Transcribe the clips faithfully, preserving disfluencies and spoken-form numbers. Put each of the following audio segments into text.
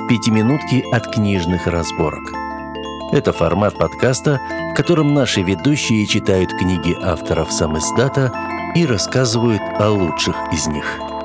«Пятиминутки от книжных разборок». Это формат подкаста, в котором наши ведущие читают книги авторов сам издата и рассказывают о лучших из них.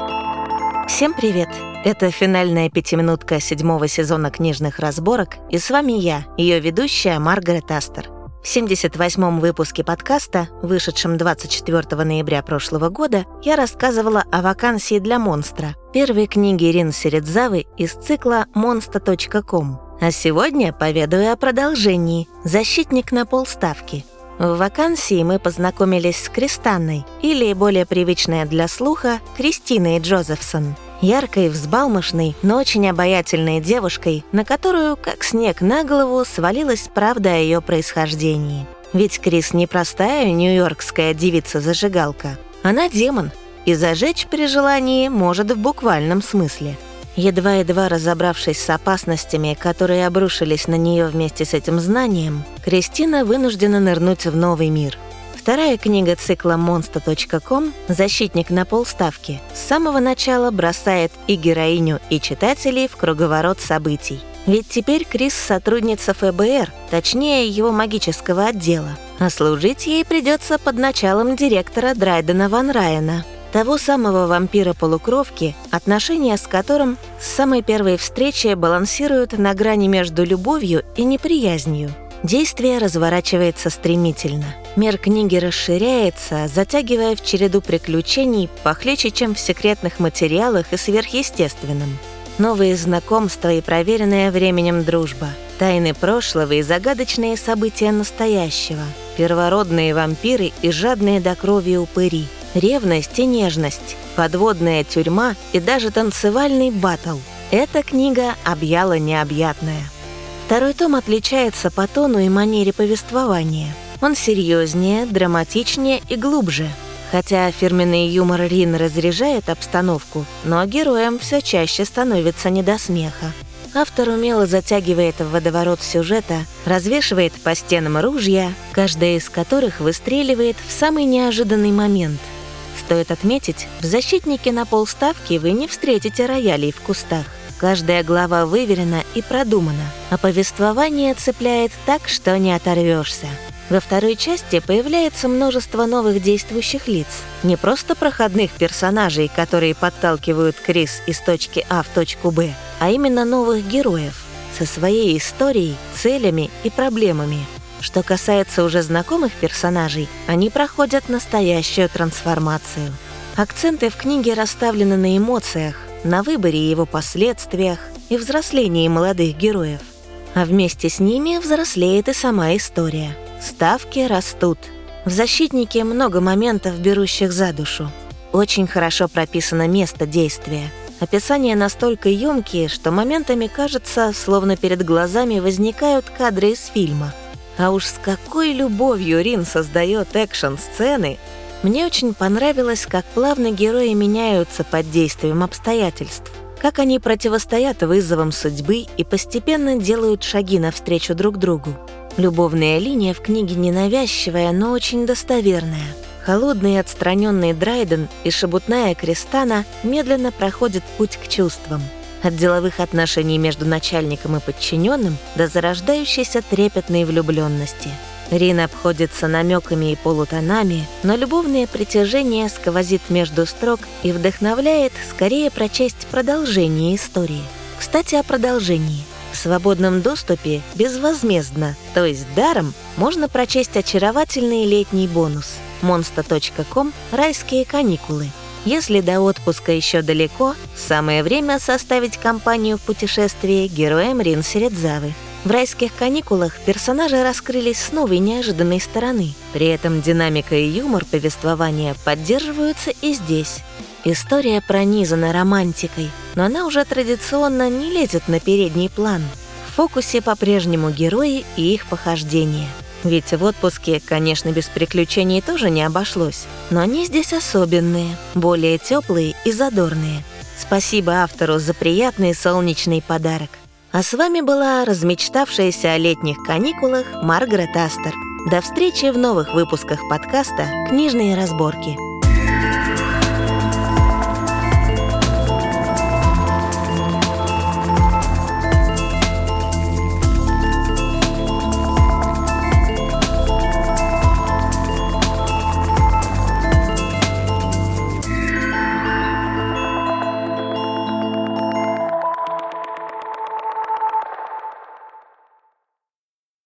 Всем привет! Это финальная пятиминутка седьмого сезона книжных разборок, и с вами я, ее ведущая Маргарет Астер. В семьдесят восьмом выпуске подкаста, вышедшем двадцать четвёртого ноября прошлого года, я рассказывала о вакансии для монстра, первой книге Рин Середзавы из цикла монста точка ком. А сегодня поведаю о продолжении «Защитник на полставки». В вакансии мы познакомились с Кристанной, или, более привычная для слуха, Кристиной Джозефсон. Яркой, взбалмошной, но очень обаятельной девушкой, на которую, как снег на голову, свалилась правда о ее происхождении. Ведь Крис не простая нью-йоркская девица-зажигалка. Она демон, и зажечь при желании может в буквальном смысле. Едва-едва разобравшись с опасностями, которые обрушились на нее вместе с этим знанием, Кристина вынуждена нырнуть в новый мир. Вторая книга цикла монста точка ком «Защитник на полставки» с самого начала бросает и героиню, и читателей в круговорот событий. Ведь теперь Крис сотрудница эф бэ эр, точнее его магического отдела, а служить ей придется под началом директора Драйдена Ван Райена, того самого вампира-полукровки, отношения с которым с самой первой встречи балансируют на грани между любовью и неприязнью. Действие разворачивается стремительно. Мир книги расширяется, затягивая в череду приключений похлеще, чем в секретных материалах и сверхъестественном. Новые знакомства и проверенная временем дружба, тайны прошлого и загадочные события настоящего, первородные вампиры и жадные до крови упыри, ревность и нежность, подводная тюрьма и даже танцевальный баттл. Эта книга объяла необъятное. Второй том отличается по тону и манере повествования. Он серьезнее, драматичнее и глубже. Хотя фирменный юмор Рин разряжает обстановку, но героям все чаще становится не до смеха. Автор умело затягивает в водоворот сюжета, развешивает по стенам ружья, каждое из которых выстреливает в самый неожиданный момент. Стоит отметить, в «Защитнике на полставки» вы не встретите роялей в кустах. Каждая глава выверена и продумана, а повествование цепляет так, что не оторвешься. Во второй части появляется множество новых действующих лиц. Не просто проходных персонажей, которые подталкивают Крис из точки А в точку Б, а именно новых героев со своей историей, целями и проблемами. Что касается уже знакомых персонажей, они проходят настоящую трансформацию. Акценты в книге расставлены на эмоциях, на выборе и его последствиях и взрослении молодых героев. А вместе с ними взрослеет и сама история. Ставки растут. В «Защитнике» много моментов, берущих за душу. Очень хорошо прописано место действия. Описания настолько ёмкие, что моментами кажется, словно перед глазами возникают кадры из фильма. А уж с какой любовью Рин создает экшн-сцены! Мне очень понравилось, как плавно герои меняются под действием обстоятельств, как они противостоят вызовам судьбы и постепенно делают шаги навстречу друг другу. Любовная линия в книге ненавязчивая, но очень достоверная. Холодный и отстраненный Драйден и шебутная Кристана медленно проходят путь к чувствам. От деловых отношений между начальником и подчиненным до зарождающейся трепетной влюбленности. Рин обходится намеками и полутонами, но любовное притяжение сквозит между строк и вдохновляет скорее прочесть продолжение истории. Кстати, о продолжении. В свободном доступе безвозмездно, то есть даром, можно прочесть очаровательный летний бонус монста точка ком «Райские каникулы». Если до отпуска еще далеко, самое время составить компанию в путешествии героям Рин Середзавы. В «Райских каникулах» персонажи раскрылись с новой неожиданной стороны. При этом динамика и юмор повествования поддерживаются и здесь. История пронизана романтикой, но она уже традиционно не лезет на передний план. В фокусе по-прежнему герои и их похождения. Ведь в отпуске, конечно, без приключений тоже не обошлось, но они здесь особенные, более теплые и задорные. Спасибо автору за приятный солнечный подарок. А с вами была размечтавшаяся о летних каникулах Маргарет Астер. До встречи в новых выпусках подкаста «Книжные разборки».